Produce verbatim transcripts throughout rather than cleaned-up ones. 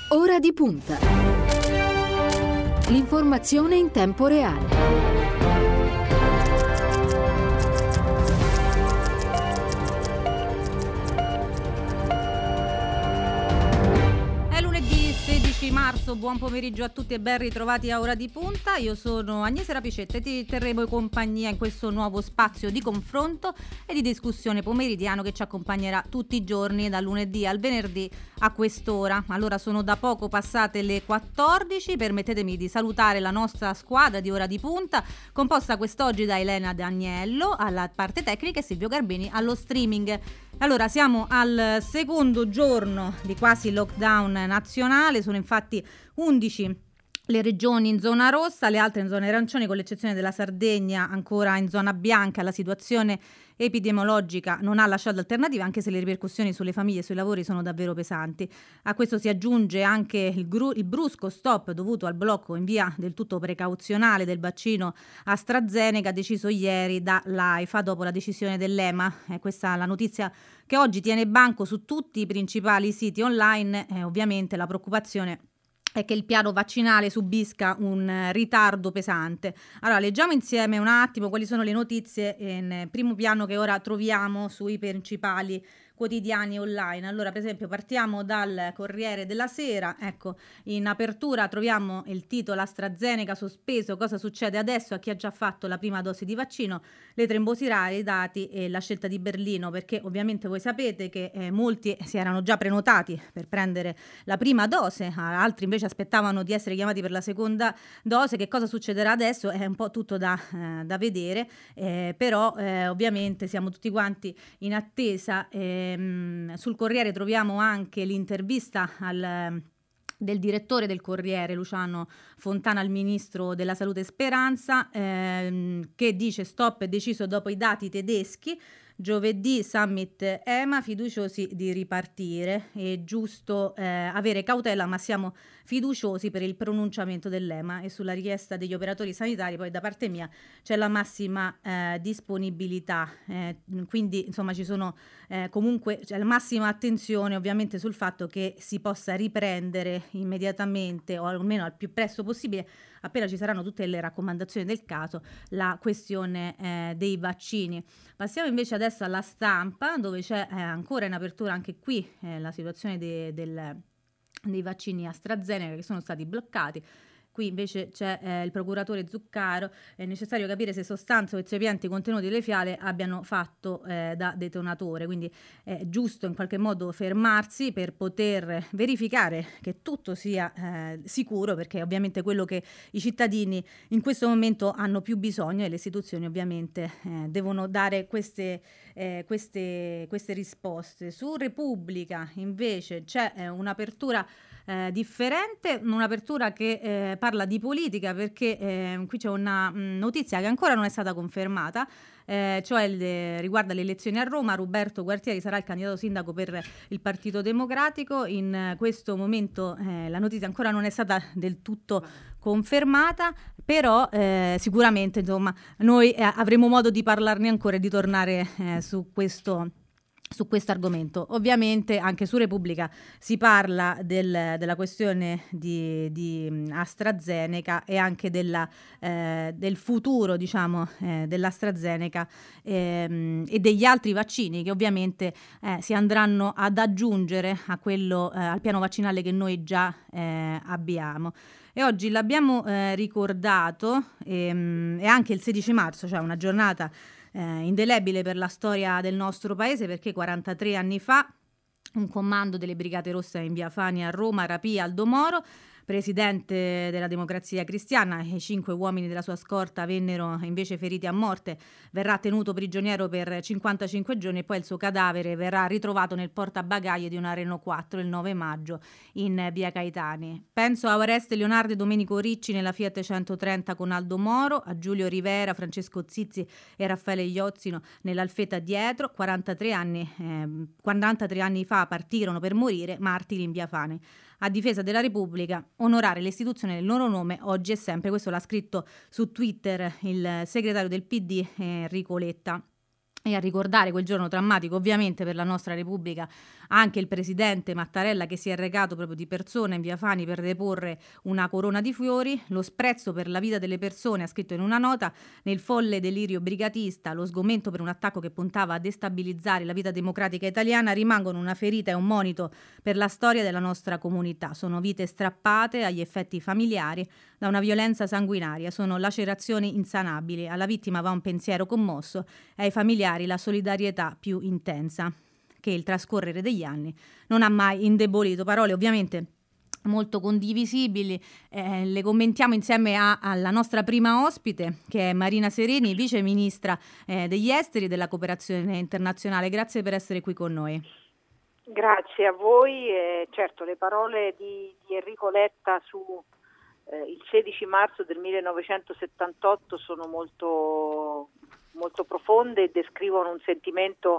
Ora di punta. L'informazione in tempo reale. sedici marzo, buon pomeriggio a tutti e ben ritrovati a Ora di Punta. Io sono Agnese Rapicetta e ti terremo compagnia in questo nuovo spazio di confronto e di discussione pomeridiano che ci accompagnerà tutti i giorni dal lunedì al venerdì a quest'ora. Allora, sono da poco passate le quattordici, permettetemi di salutare la nostra squadra di Ora di Punta, composta quest'oggi da Elena D'Agnello alla parte tecnica e Silvio Garbini allo streaming. Allora, siamo al secondo giorno di quasi lockdown nazionale, sono infatti undici le regioni in zona rossa, le altre in zona arancione, con l'eccezione della Sardegna ancora in zona bianca. La situazione epidemiologica non ha lasciato alternative, anche se le ripercussioni sulle famiglie e sui lavori sono davvero pesanti. A questo si aggiunge anche il, gru- il brusco stop dovuto al blocco in via del tutto precauzionale del vaccino AstraZeneca deciso ieri dall'AIFA dopo la decisione dell'EMA. Eh, questa è la notizia che oggi tiene banco su tutti i principali siti online. Eh, ovviamente la preoccupazione è che il piano vaccinale subisca un ritardo pesante. Allora, leggiamo insieme un attimo quali sono le notizie in primo piano che ora troviamo sui principali quotidiani online. Allora, per esempio, partiamo dal Corriere della Sera. Ecco, in apertura troviamo il titolo: AstraZeneca sospeso, cosa succede adesso a chi ha già fatto la prima dose di vaccino, le trombosi rare, i dati e la scelta di Berlino, perché ovviamente voi sapete che eh, molti si erano già prenotati per prendere la prima dose, altri invece aspettavano di essere chiamati per la seconda dose. Che cosa succederà adesso è un po' tutto da, eh, da vedere, eh, però eh, ovviamente siamo tutti quanti in attesa. Eh, Sul Corriere troviamo anche l'intervista al, del direttore del Corriere, Luciano Fontana, al ministro della Salute Speranza, ehm, che dice: stop è deciso dopo i dati tedeschi. Giovedì summit EMA, fiduciosi di ripartire. È giusto eh, avere cautela, ma siamo fiduciosi per il pronunciamento dell'EMA, e sulla richiesta degli operatori sanitari poi da parte mia c'è la massima eh, disponibilità. Eh, quindi insomma ci sono eh, comunque c'è la massima attenzione ovviamente sul fatto che si possa riprendere immediatamente, o almeno al più presto possibile, appena ci saranno tutte le raccomandazioni del caso, la questione eh, dei vaccini. Passiamo invece adesso alla Stampa, dove c'è eh, ancora in apertura anche qui eh, la situazione de- del, dei vaccini AstraZeneca che sono stati bloccati. Qui invece c'è eh, il procuratore Zuccaro: è necessario capire se sostanze o eccipienti contenuti nelle fiale abbiano fatto eh, da detonatore, quindi è giusto in qualche modo fermarsi per poter verificare che tutto sia eh, sicuro, perché ovviamente quello che i cittadini in questo momento hanno più bisogno, e le istituzioni ovviamente eh, devono dare queste, eh, queste, queste risposte. Su Repubblica invece c'è eh, un'apertura Eh, differente, un'apertura che eh, parla di politica, perché eh, qui c'è una mh, notizia che ancora non è stata confermata, eh, cioè le, riguarda le elezioni a Roma. Roberto Gualtieri sarà il candidato sindaco per il Partito Democratico. In eh, questo momento eh, la notizia ancora non è stata del tutto confermata, però eh, sicuramente insomma noi eh, avremo modo di parlarne ancora e di tornare eh, su questo su questo argomento. Ovviamente anche su Repubblica si parla del, della questione di, di AstraZeneca e anche della, eh, del futuro, diciamo, eh, dell'AstraZeneca ehm, e degli altri vaccini che ovviamente eh, si andranno ad aggiungere a quello, eh, al piano vaccinale che noi già eh, abbiamo. E oggi l'abbiamo eh, ricordato, ehm, è anche il sedici marzo, cioè una giornata Eh, indelebile per la storia del nostro paese, perché quarantatré anni fa un comando delle Brigate Rosse in via Fani a Roma rapì Aldo Moro, presidente della Democrazia Cristiana, e cinque uomini della sua scorta vennero invece feriti a morte. Verrà tenuto prigioniero per cinquantacinque giorni e poi il suo cadavere verrà ritrovato nel portabagaglie di una Renault quattro il nove maggio in via Caetani. Penso a Oreste Leonardo e Domenico Ricci nella Fiat centotrenta con Aldo Moro, a Giulio Rivera, Francesco Zizzi e Raffaele Iozzino nell'Alfetta dietro. quarantatré anni, eh, quarantatré anni fa partirono per morire martiri in via Fani. A difesa della Repubblica, onorare le istituzioni nel loro nome oggi e sempre. Questo l'ha scritto su Twitter il segretario del P D Enrico Letta. E a ricordare quel giorno drammatico ovviamente per la nostra Repubblica anche il presidente Mattarella che si è recato proprio di persona in via Fani per deporre una corona di fiori. Lo sprezzo per la vita delle persone, ha scritto in una nota, nel folle delirio brigatista, lo sgomento per un attacco che puntava a destabilizzare la vita democratica italiana rimangono una ferita e un monito per la storia della nostra comunità. Sono vite strappate agli effetti familiari da una violenza sanguinaria, sono lacerazioni insanabili. Alla vittima va un pensiero commosso e ai familiari la solidarietà più intensa che il trascorrere degli anni non ha mai indebolito. Parole ovviamente molto condivisibili, eh, le commentiamo insieme a, alla nostra prima ospite che è Marina Sereni, vice ministra eh, degli esteri e della cooperazione internazionale. Grazie per essere qui con noi. Grazie a voi. Eh, certo, le parole di, di Enrico Letta su eh, il sedici marzo del millenovecentosettantotto sono molto, molto profonde e descrivono un sentimento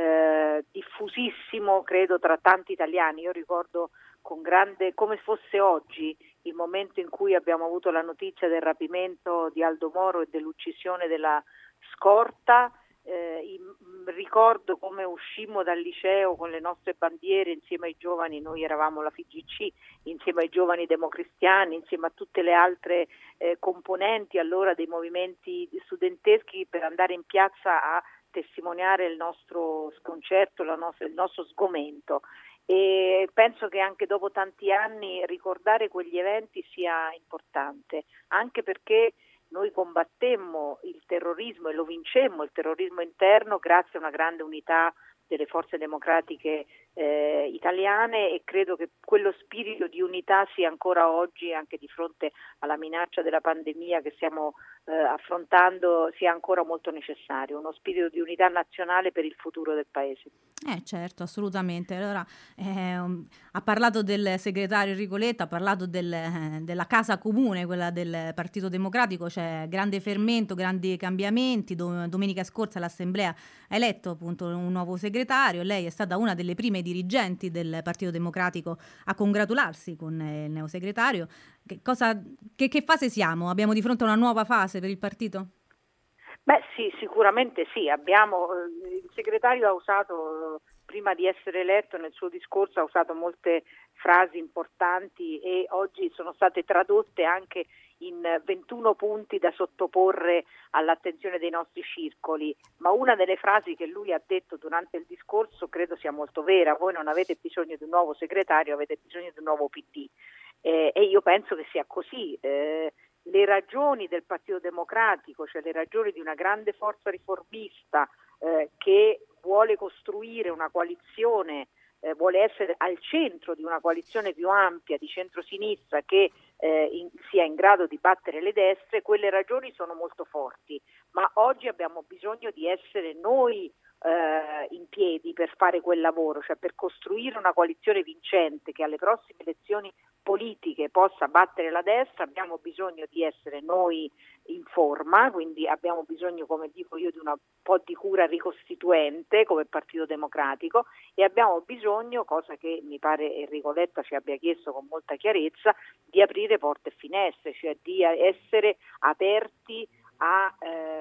eh, diffusissimo, credo, tra tanti italiani. Io ricordo con grande, come fosse oggi, il momento in cui abbiamo avuto la notizia del rapimento di Aldo Moro e dell'uccisione della scorta. Eh, ricordo come uscimmo dal liceo con le nostre bandiere insieme ai giovani, noi eravamo la F I G C, insieme ai giovani democristiani, insieme a tutte le altre eh, componenti allora dei movimenti studenteschi, per andare in piazza a testimoniare il nostro sconcerto, la nostra, il nostro sgomento. E penso che anche dopo tanti anni ricordare quegli eventi sia importante, anche perché noi combattemmo il terrorismo e lo vincemmo, il terrorismo interno, grazie a una grande unità delle forze democratiche eh, italiane, e credo che quello spirito di unità sia ancora oggi, anche di fronte alla minaccia della pandemia che stiamo eh, affrontando, sia ancora molto necessario, uno spirito di unità nazionale per il futuro del Paese. Eh certo, assolutamente. Allora, eh, ha parlato del segretario Enrico Letta, ha parlato del, eh, della casa comune, quella del Partito Democratico, c'è grande fermento, grandi cambiamenti. Do- domenica scorsa l'Assemblea ha eletto appunto un nuovo segretario, lei è stata una delle prime dirigenti del Partito Democratico a congratularsi con eh, il neosegretario. Che, cosa, che, che fase siamo? Abbiamo di fronte a una nuova fase per il partito? Beh sì, sicuramente sì, abbiamo, il segretario ha usato, prima di essere eletto, nel suo discorso ha usato molte frasi importanti e oggi sono state tradotte anche in ventuno punti da sottoporre all'attenzione dei nostri circoli, ma una delle frasi che lui ha detto durante il discorso credo sia molto vera: voi non avete bisogno di un nuovo segretario, avete bisogno di un nuovo P D, eh, e io penso che sia così. Eh, le ragioni del Partito Democratico, cioè le ragioni di una grande forza riformista eh, che vuole costruire una coalizione, eh, vuole essere al centro di una coalizione più ampia di centrosinistra che eh, in, sia in grado di battere le destre, quelle ragioni sono molto forti, ma oggi abbiamo bisogno di essere noi eh, in piedi per fare quel lavoro, cioè per costruire una coalizione vincente che alle prossime elezioni politiche possa battere la destra. Abbiamo bisogno di essere noi in forma, quindi abbiamo bisogno, come dico io, di un po' di cura ricostituente come Partito Democratico, e abbiamo bisogno, cosa che mi pare Enrico Letta ci abbia chiesto con molta chiarezza, di aprire porte e finestre, cioè di essere aperti a,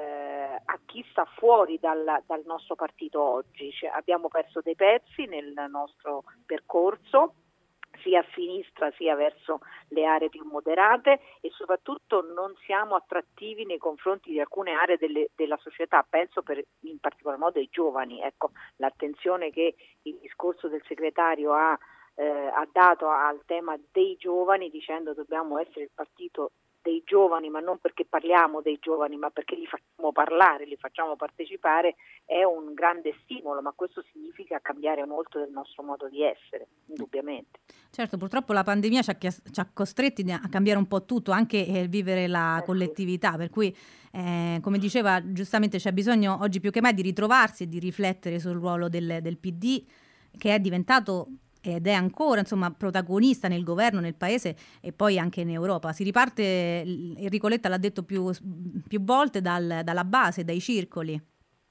eh, a chi sta fuori dal, dal nostro partito oggi. Cioè, abbiamo perso dei pezzi nel nostro percorso, sia a sinistra sia verso le aree più moderate, e soprattutto non siamo attrattivi nei confronti di alcune aree delle, della società, penso per, in particolar modo ai giovani. Ecco, l'attenzione che il discorso del segretario ha, eh, ha dato al tema dei giovani, dicendo dobbiamo essere il partito dei giovani, ma non perché parliamo dei giovani, ma perché li facciamo parlare, li facciamo partecipare, è un grande stimolo, ma questo significa cambiare molto del nostro modo di essere, indubbiamente. Certo, purtroppo la pandemia ci ha, chias- ci ha costretti a cambiare un po' tutto, anche il vivere la Eh, collettività, per cui eh, come diceva giustamente c'è bisogno oggi più che mai di ritrovarsi e di riflettere sul ruolo del, del P D, che è diventato ed è ancora insomma protagonista nel governo, nel paese e poi anche in Europa. Si riparte, Enrico Letta l'ha detto più, più volte, dal, dalla base, dai circoli.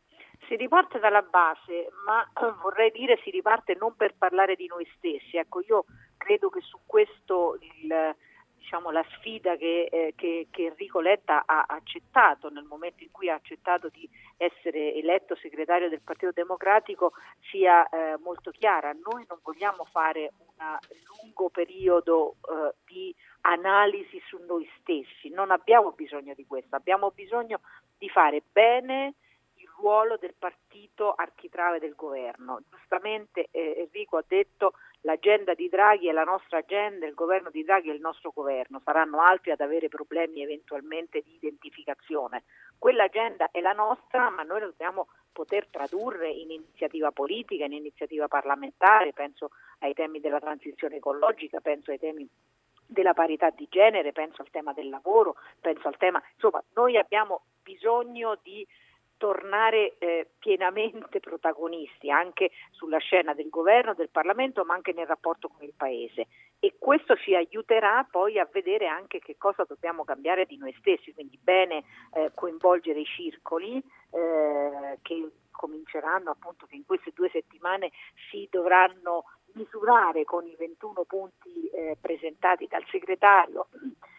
Si riparte dalla base, ma vorrei dire si riparte non per parlare di noi stessi. Ecco, io credo che su questo il, diciamo, la sfida che, eh, che, che Enrico Letta ha accettato nel momento in cui ha accettato di essere eletto segretario del Partito Democratico sia eh, molto chiara. Noi non vogliamo fare un lungo periodo eh, di analisi su noi stessi, non abbiamo bisogno di questo, abbiamo bisogno di fare bene il ruolo del partito architrave del governo. Giustamente eh, Enrico ha detto l'agenda di Draghi è la nostra agenda, il governo di Draghi è il nostro governo, saranno altri ad avere problemi eventualmente di identificazione. Quell'agenda è la nostra, ma noi dobbiamo poter tradurre in iniziativa politica, in iniziativa parlamentare, penso ai temi della transizione ecologica, penso ai temi della parità di genere, penso al tema del lavoro, penso al tema, insomma, noi abbiamo bisogno di tornare eh, pienamente protagonisti anche sulla scena del governo, del Parlamento, ma anche nel rapporto con il Paese, e questo ci aiuterà poi a vedere anche che cosa dobbiamo cambiare di noi stessi, quindi bene eh, coinvolgere i circoli eh, che cominceranno appunto, che in queste due settimane si dovranno misurare con i ventuno punti eh, presentati dal segretario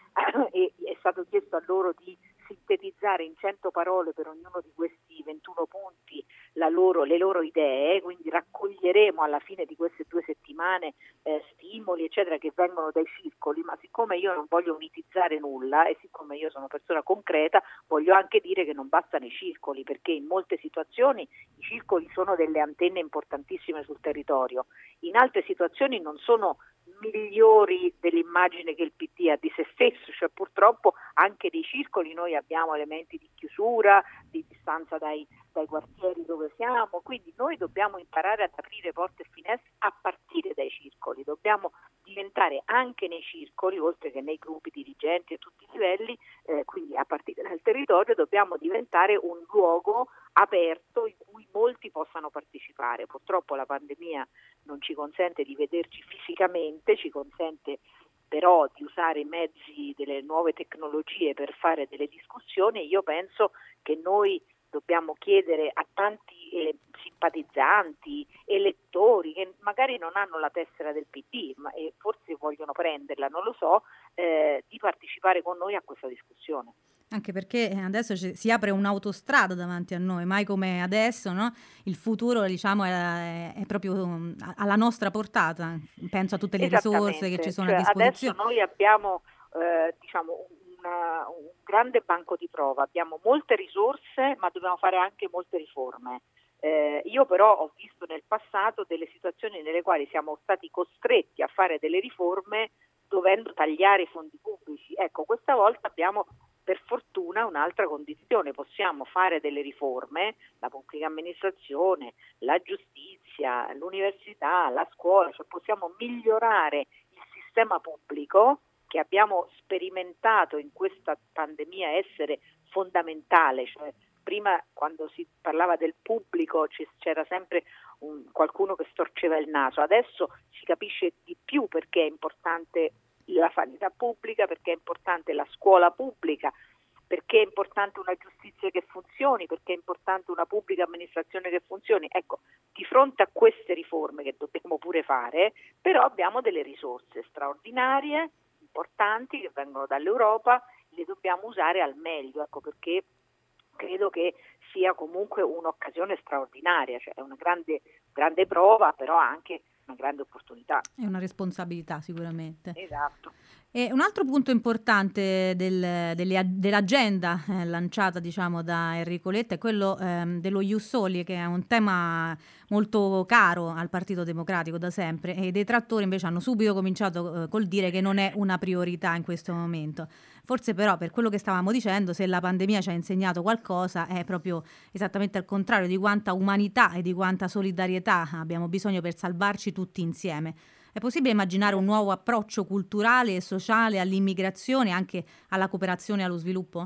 e è stato chiesto a loro di sintetizzare in cento parole per ognuno di questi ventuno punti la loro, le loro idee, quindi raccoglieremo alla fine di queste due settimane eh, stimoli eccetera che vengono dai circoli, ma siccome io non voglio mitizzare nulla e siccome io sono persona concreta voglio anche dire che non bastano i circoli, perché in molte situazioni i circoli sono delle antenne importantissime sul territorio, in altre situazioni non sono migliori dell'immagine che il P D ha di se stesso, cioè purtroppo anche dei circoli noi abbiamo elementi di chiusura, di distanza dai, dai quartieri dove siamo, quindi noi dobbiamo imparare ad aprire porte e finestre a partire dai circoli, dobbiamo diventare anche nei circoli, oltre che nei gruppi dirigenti a tutti i livelli, eh, quindi a partire dal territorio dobbiamo diventare un luogo aperto in cui molti possano partecipare. Purtroppo la pandemia non ci consente di vederci fisicamente, ci consente però di usare i mezzi delle nuove tecnologie per fare delle discussioni. Io penso che noi dobbiamo chiedere a tanti eh, simpatizzanti, elettori che magari non hanno la tessera del P D ma e forse vogliono prenderla, non lo so, eh, di partecipare con noi a questa discussione. Anche perché adesso ci, si apre un'autostrada davanti a noi, mai come adesso, no? Il futuro, diciamo, è, è proprio um, alla nostra portata. Penso a tutte le risorse che ci sono cioè, a disposizione. Adesso noi abbiamo eh, diciamo, una, un grande banco di prova, abbiamo molte risorse, ma dobbiamo fare anche molte riforme. Eh, io però ho visto nel passato delle situazioni nelle quali siamo stati costretti a fare delle riforme dovendo tagliare i fondi pubblici. Ecco, questa volta abbiamo per fortuna un'altra condizione, possiamo fare delle riforme, la pubblica amministrazione, la giustizia, l'università, la scuola, cioè possiamo migliorare il sistema pubblico che abbiamo sperimentato in questa pandemia essere fondamentale, cioè prima quando si parlava del pubblico c'era sempre un, qualcuno che storceva il naso, adesso si capisce di più perché è importante la sanità pubblica, perché è importante la scuola pubblica, perché è importante una giustizia che funzioni, perché è importante una pubblica amministrazione che funzioni. Ecco, di fronte a queste riforme che dobbiamo pure fare, però abbiamo delle risorse straordinarie, importanti, che vengono dall'Europa, le dobbiamo usare al meglio, ecco perché credo che sia comunque un'occasione straordinaria, cioè è una grande, grande prova, però anche una grande opportunità. È una responsabilità sicuramente. Esatto. E un altro punto importante del, delle, dell'agenda eh, lanciata diciamo da Enrico Letta è quello ehm, dello Ius Soli, che è un tema molto caro al Partito Democratico da sempre, e i detrattori invece hanno subito cominciato eh, col dire che non è una priorità in questo momento. Forse però, per quello che stavamo dicendo, se la pandemia ci ha insegnato qualcosa è proprio esattamente al contrario, di quanta umanità e di quanta solidarietà abbiamo bisogno per salvarci tutti insieme. È possibile immaginare un nuovo approccio culturale e sociale all'immigrazione, anche alla cooperazione e allo sviluppo?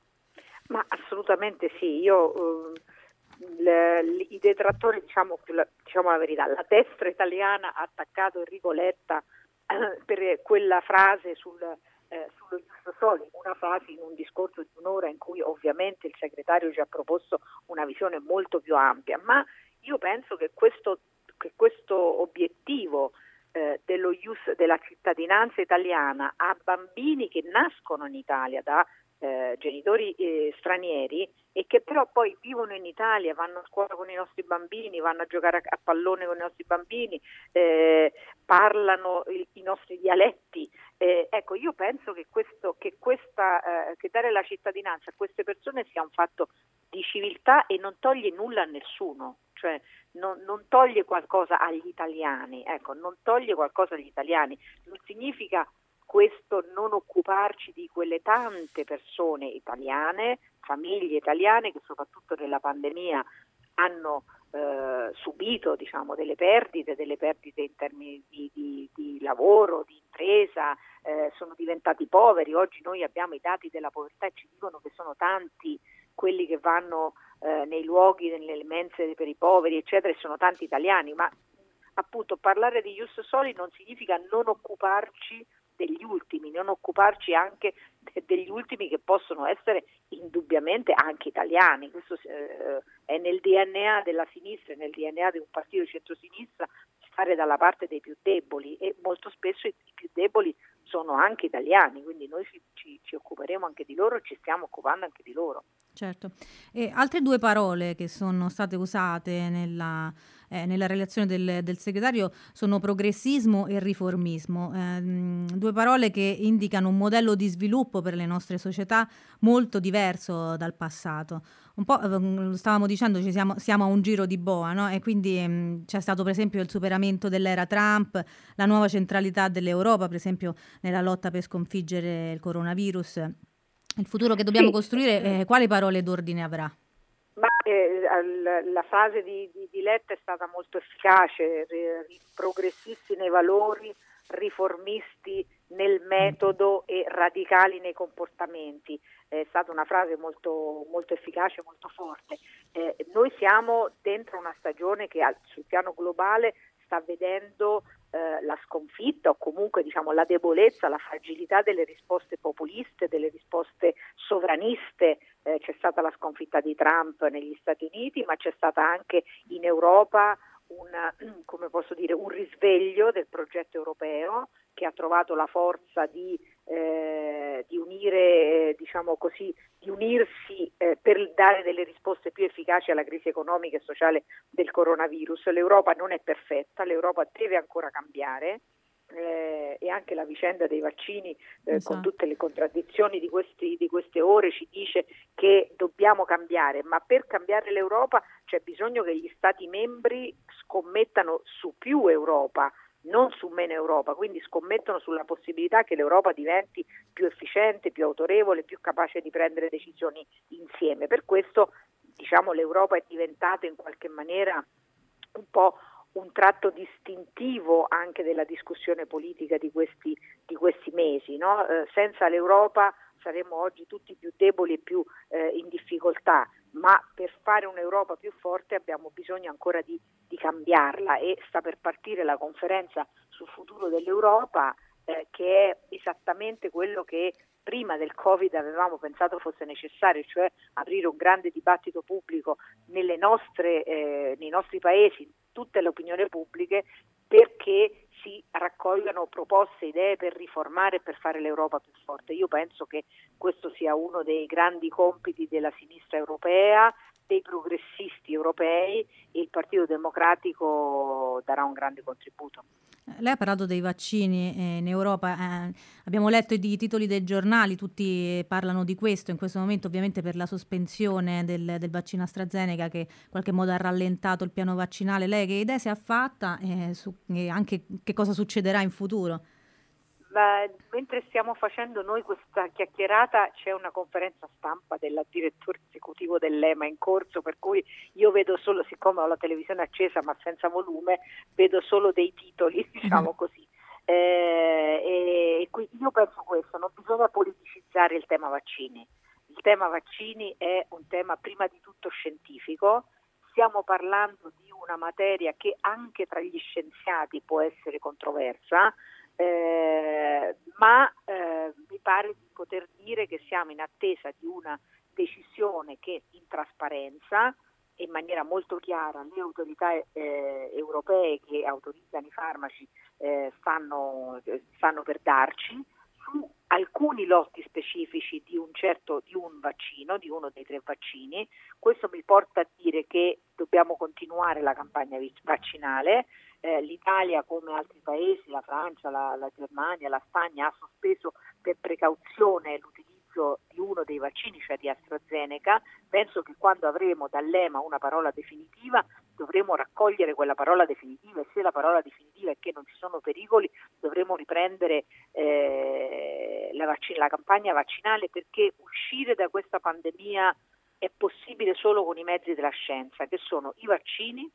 Ma assolutamente sì. Io eh, le, le, i detrattori, diciamo, la, diciamo la verità, la destra italiana ha attaccato Enrico Letta eh, per quella frase sul eh, sullo Ius Soli, una frase in un discorso di un'ora in cui ovviamente il segretario ci ha proposto una visione molto più ampia, ma io penso che questo, che questo obiettivo eh, dello ius, della cittadinanza italiana a bambini che nascono in Italia da eh, genitori eh, stranieri e che però poi vivono in Italia, vanno a scuola con i nostri bambini, vanno a giocare a, a pallone con i nostri bambini, eh, parlano il, i nostri dialetti. Eh, ecco, io penso che questo, che questa, eh, che dare la cittadinanza a queste persone sia un fatto di civiltà e non toglie nulla a nessuno, cioè non, non toglie qualcosa agli italiani, ecco, non toglie qualcosa agli italiani, non significa questo non occuparci di quelle tante persone italiane, famiglie italiane che soprattutto nella pandemia hanno eh, subito, diciamo, delle perdite, delle perdite in termini di, di, di lavoro, di impresa, eh, sono diventati poveri. Oggi noi abbiamo i dati della povertà e ci dicono che sono tanti quelli che vanno eh, nei luoghi, nelle mense per i poveri, eccetera, e sono tanti italiani, ma appunto parlare di ius soli non significa non occuparci degli ultimi, non occuparci anche de- degli ultimi che possono essere indubbiamente anche italiani. Questo eh, è nel D N A della sinistra, è nel D N A di un partito di centrosinistra stare dalla parte dei più deboli e molto spesso i, i più deboli sono anche italiani, quindi noi ci, ci, ci occuperemo anche di loro e ci stiamo occupando anche di loro. Certo. E altre due parole che sono state usate nella, eh, nella relazione del, del segretario sono progressismo e riformismo, eh, due parole che indicano un modello di sviluppo per le nostre società molto diverso dal passato. Un po', eh, stavamo dicendo, ci siamo, siamo a un giro di boa, no? E quindi ehm, c'è stato per esempio il superamento dell'era Trump, la nuova centralità dell'Europa, per esempio nella lotta per sconfiggere il coronavirus. Il futuro che dobbiamo sì. costruire, eh, quali parole d'ordine avrà? Ma eh, la fase di, di, di Letta è stata molto efficace, progressisti nei valori, riformisti nel metodo e radicali nei comportamenti. È stata una frase molto, molto efficace, molto forte. Eh, noi siamo dentro una stagione che sul piano globale sta vedendo eh, la sconfitta o comunque diciamo la debolezza, la fragilità delle risposte populiste, delle risposte sovraniste. Eh, c'è stata la sconfitta di Trump negli Stati Uniti, ma c'è stata anche in Europa una, come posso dire, un risveglio del progetto europeo che ha trovato la forza di, eh, di unire, eh, diciamo così, di unirsi eh, per dare delle risposte più efficaci alla crisi economica e sociale del coronavirus. L'Europa non è perfetta, l'Europa deve ancora cambiare. Eh, e anche la vicenda dei vaccini eh, esatto. con tutte le contraddizioni di, questi, di queste ore ci dice che dobbiamo cambiare, ma per cambiare l'Europa c'è bisogno che gli Stati membri scommettano su più Europa, non su meno Europa, quindi scommettono sulla possibilità che l'Europa diventi più efficiente, più autorevole, più capace di prendere decisioni insieme. Per questo diciamo l'Europa è diventata in qualche maniera un po' un tratto distintivo anche della discussione politica di questi, di questi mesi, no? Eh, senza l'Europa saremmo oggi tutti più deboli e più eh, in difficoltà, ma per fare un'Europa più forte abbiamo bisogno ancora di, di cambiarla e sta per partire la conferenza sul futuro dell'Europa eh, che è esattamente quello che prima del Covid avevamo pensato fosse necessario, cioè aprire un grande dibattito pubblico nelle nostre, eh, nei nostri paesi, tutte le opinioni pubbliche, perché si raccolgano proposte, idee per riformare e per fare l'Europa più forte. Io penso che questo sia uno dei grandi compiti della sinistra europea, dei progressisti europei, e il Partito Democratico darà un grande contributo. Lei ha parlato dei vaccini eh, in Europa, eh, abbiamo letto i titoli dei giornali, tutti parlano di questo in questo momento, ovviamente per la sospensione del, del vaccino AstraZeneca che in qualche modo ha rallentato il piano vaccinale. Lei che idee si è fatta e eh, anche che cosa succederà in futuro? Ma mentre stiamo facendo noi questa chiacchierata c'è una conferenza stampa del direttore esecutivo dell'E M A in corso, per cui io vedo solo, siccome ho la televisione accesa ma senza volume, vedo solo dei titoli, diciamo così. Eh, e quindi io penso questo, non bisogna politicizzare il tema vaccini. Il tema vaccini è un tema prima di tutto scientifico, stiamo parlando di una materia che anche tra gli scienziati può essere controversa, Eh, ma eh, mi pare di poter dire che siamo in attesa di una decisione che in trasparenza in maniera molto chiara le autorità eh, europee che autorizzano i farmaci eh, stanno, stanno per darci su alcuni lotti specifici di un certo di un vaccino, di uno dei tre vaccini. Questo mi porta a dire che dobbiamo continuare la campagna vaccinale. Eh, L'Italia, come altri paesi, la Francia, la, la Germania, la Spagna, ha sospeso per precauzione l'utilizzo di uno dei vaccini, cioè di AstraZeneca. Penso che quando avremo dall'E M A una parola definitiva dovremo raccogliere quella parola definitiva, e se la parola definitiva è che non ci sono pericoli dovremo riprendere eh, la, vac- la campagna vaccinale, perché uscire da questa pandemia è possibile solo con i mezzi della scienza, che sono i vaccini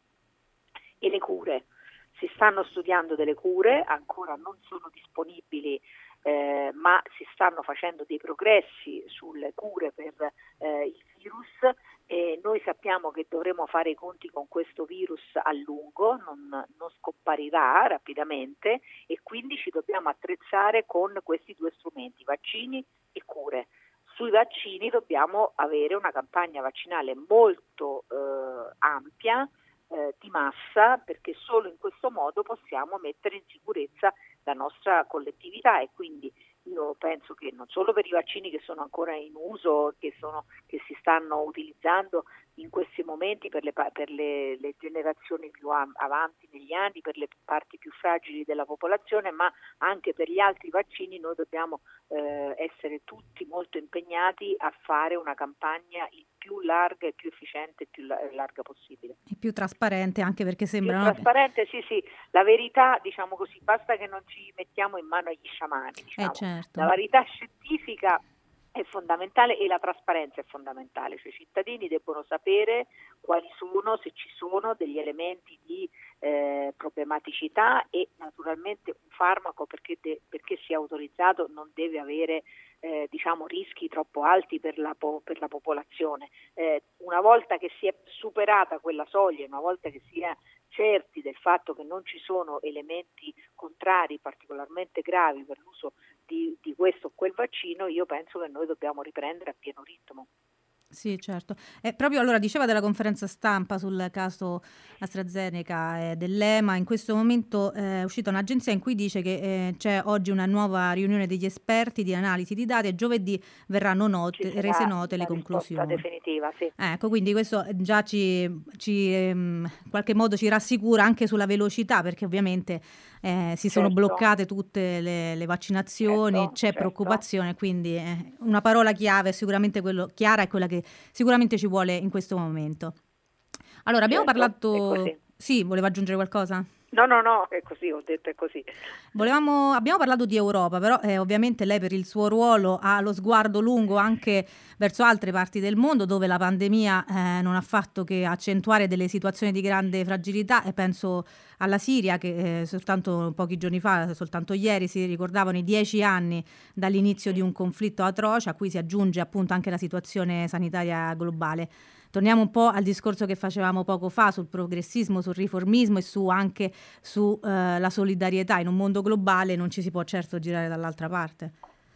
e le cure. Si stanno studiando delle cure, ancora non sono disponibili, eh, ma si stanno facendo dei progressi sulle cure per eh, il virus, e noi sappiamo che dovremo fare i conti con questo virus a lungo, non, non scomparirà rapidamente, e quindi ci dobbiamo attrezzare con questi due strumenti, vaccini e cure. Sui vaccini dobbiamo avere una campagna vaccinale molto eh, ampia, eh, di massa, perché solo in questo modo possiamo mettere in sicurezza la nostra collettività. E quindi io penso che non solo per i vaccini che sono ancora in uso, che, sono, che si stanno utilizzando in questi momenti per le, per le, le generazioni più avanti negli anni, per le parti più fragili della popolazione, ma anche per gli altri vaccini noi dobbiamo eh, essere tutti molto impegnati a fare una campagna il più larga e più efficiente e più larga possibile. E più trasparente, anche perché sembra... Più trasparente, sì sì, la verità, diciamo così, basta che non ci mettiamo in mano agli sciamani, diciamo. Eh, certo. La verità scientifica è fondamentale e la trasparenza è fondamentale, cioè i cittadini debbono sapere quali sono, se ci sono degli elementi di eh, problematicità, e naturalmente un farmaco, perché, de- perché sia autorizzato, non deve avere eh, diciamo rischi troppo alti per la, po- per la popolazione. Eh, una volta che si è superata quella soglia, una volta che si è certi del fatto che non ci sono elementi contrari particolarmente gravi per l'uso di, di questo o quel vaccino, io penso che noi dobbiamo riprendere a pieno ritmo. Sì, certo. E proprio allora diceva della conferenza stampa sul caso AstraZeneca e dell'E M A. In questo momento è uscita un'agenzia in cui dice che eh, c'è oggi una nuova riunione degli esperti di analisi di dati e giovedì verranno note, rese note le conclusioni. Definitiva, sì. Ecco, quindi questo già ci, ci ehm, in qualche modo ci rassicura anche sulla velocità, perché ovviamente eh, si sono Certo. bloccate tutte le, le vaccinazioni, Certo, c'è certo. preoccupazione, quindi eh, una parola chiave sicuramente quello, chiara è quella che sicuramente ci vuole in questo momento. Allora, abbiamo Certo, parlato... è così. Sì, voleva aggiungere qualcosa? No, no, no, è così, ho detto è così. Volevamo, abbiamo parlato di Europa, però eh, ovviamente lei per il suo ruolo ha lo sguardo lungo anche verso altre parti del mondo dove la pandemia eh, non ha fatto che accentuare delle situazioni di grande fragilità, e penso alla Siria che eh, soltanto pochi giorni fa, soltanto ieri, si ricordavano i dieci anni dall'inizio di un conflitto atroce, a cui si aggiunge appunto anche la situazione sanitaria globale. Torniamo un po' al discorso che facevamo poco fa sul progressismo, sul riformismo e su anche sulla eh, solidarietà. In un mondo globale non ci si può certo girare dall'altra parte.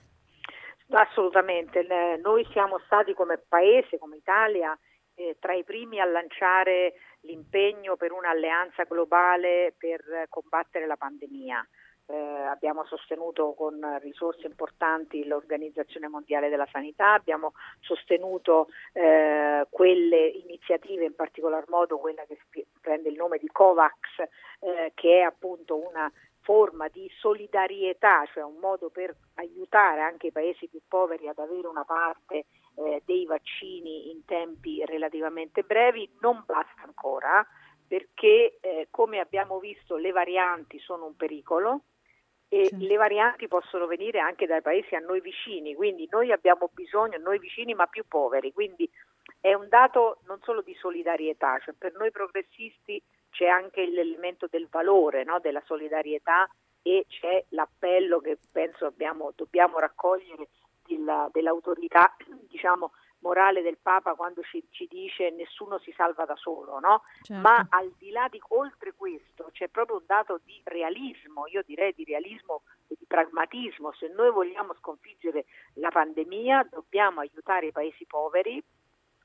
Assolutamente, noi siamo stati come paese, come Italia, eh, tra i primi a lanciare l'impegno per un'alleanza globale per combattere la pandemia. Eh, abbiamo sostenuto con risorse importanti l'Organizzazione Mondiale della Sanità, abbiamo sostenuto eh, quelle iniziative, in particolar modo quella che sp- prende il nome di COVAX, eh, che è appunto una forma di solidarietà, cioè un modo per aiutare anche i paesi più poveri ad avere una parte eh, dei vaccini in tempi relativamente brevi. Non basta ancora, perché eh, come abbiamo visto le varianti sono un pericolo, e certo. Le varianti possono venire anche dai paesi a noi vicini, quindi noi abbiamo bisogno, noi vicini ma più poveri, quindi è un dato non solo di solidarietà, cioè per noi progressisti c'è anche l'elemento del valore, no? Della solidarietà, e c'è l'appello che penso abbiamo, dobbiamo raccogliere della, dell'autorità, diciamo, morale del Papa, quando ci, ci dice nessuno si salva da solo, no? Certo. Ma al di là di, oltre questo, c'è proprio un dato di realismo, io direi di realismo e di pragmatismo. Se noi vogliamo sconfiggere la pandemia dobbiamo aiutare i paesi poveri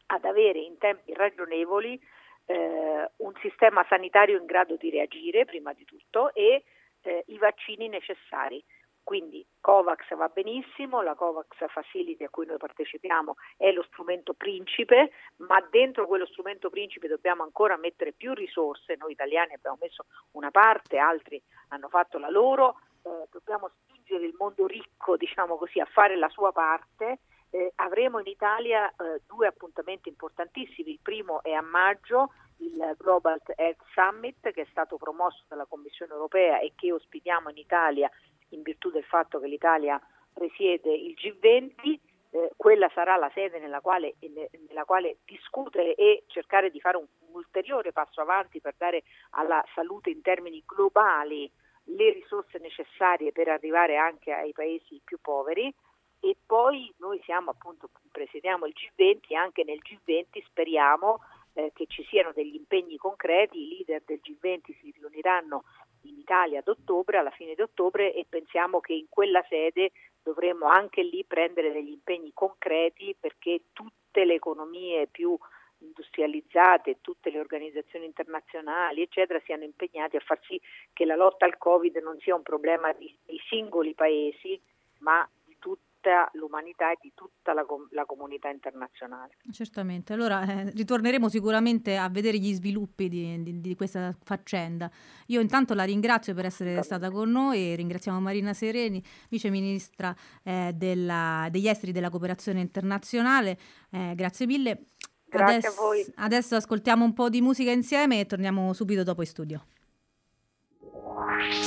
ad avere in tempi ragionevoli eh, un sistema sanitario in grado di reagire prima di tutto e eh, i vaccini necessari. Quindi COVAX va benissimo, la COVAX Facility a cui noi partecipiamo è lo strumento principe, ma dentro quello strumento principe dobbiamo ancora mettere più risorse. Noi italiani abbiamo messo una parte, altri hanno fatto la loro, eh, dobbiamo spingere il mondo ricco, diciamo così, a fare la sua parte. Eh, avremo in Italia eh, due appuntamenti importantissimi. Il primo è a maggio, il Global Health Summit, che è stato promosso dalla Commissione Europea e che ospitiamo in Italia in virtù del fatto che l'Italia presiede il G venti. Eh, quella sarà la sede nella quale, nella quale discutere e cercare di fare un, un ulteriore passo avanti per dare alla salute in termini globali le risorse necessarie per arrivare anche ai paesi più poveri. E poi noi siamo appunto, presiediamo il G venti, e anche nel G venti speriamo eh, che ci siano degli impegni concreti. I leader del G venti si riuniranno in Italia ad ottobre, alla fine di ottobre, e pensiamo che in quella sede dovremo anche lì prendere degli impegni concreti perché tutte le economie più industrializzate, tutte le organizzazioni internazionali eccetera siano impegnati a far sì che la lotta al Covid non sia un problema di, di singoli paesi, ma di tutta l'umanità e di tutta la, com- la comunità internazionale. Certamente, allora eh, ritorneremo sicuramente a vedere gli sviluppi di, di, di questa faccenda. Io intanto la ringrazio per essere stata con noi e ringraziamo Marina Sereni, vice ministra eh, della, degli esteri della cooperazione internazionale. Eh, grazie mille. Grazie adesso, a voi. Adesso ascoltiamo un po' di musica insieme e torniamo subito dopo in studio.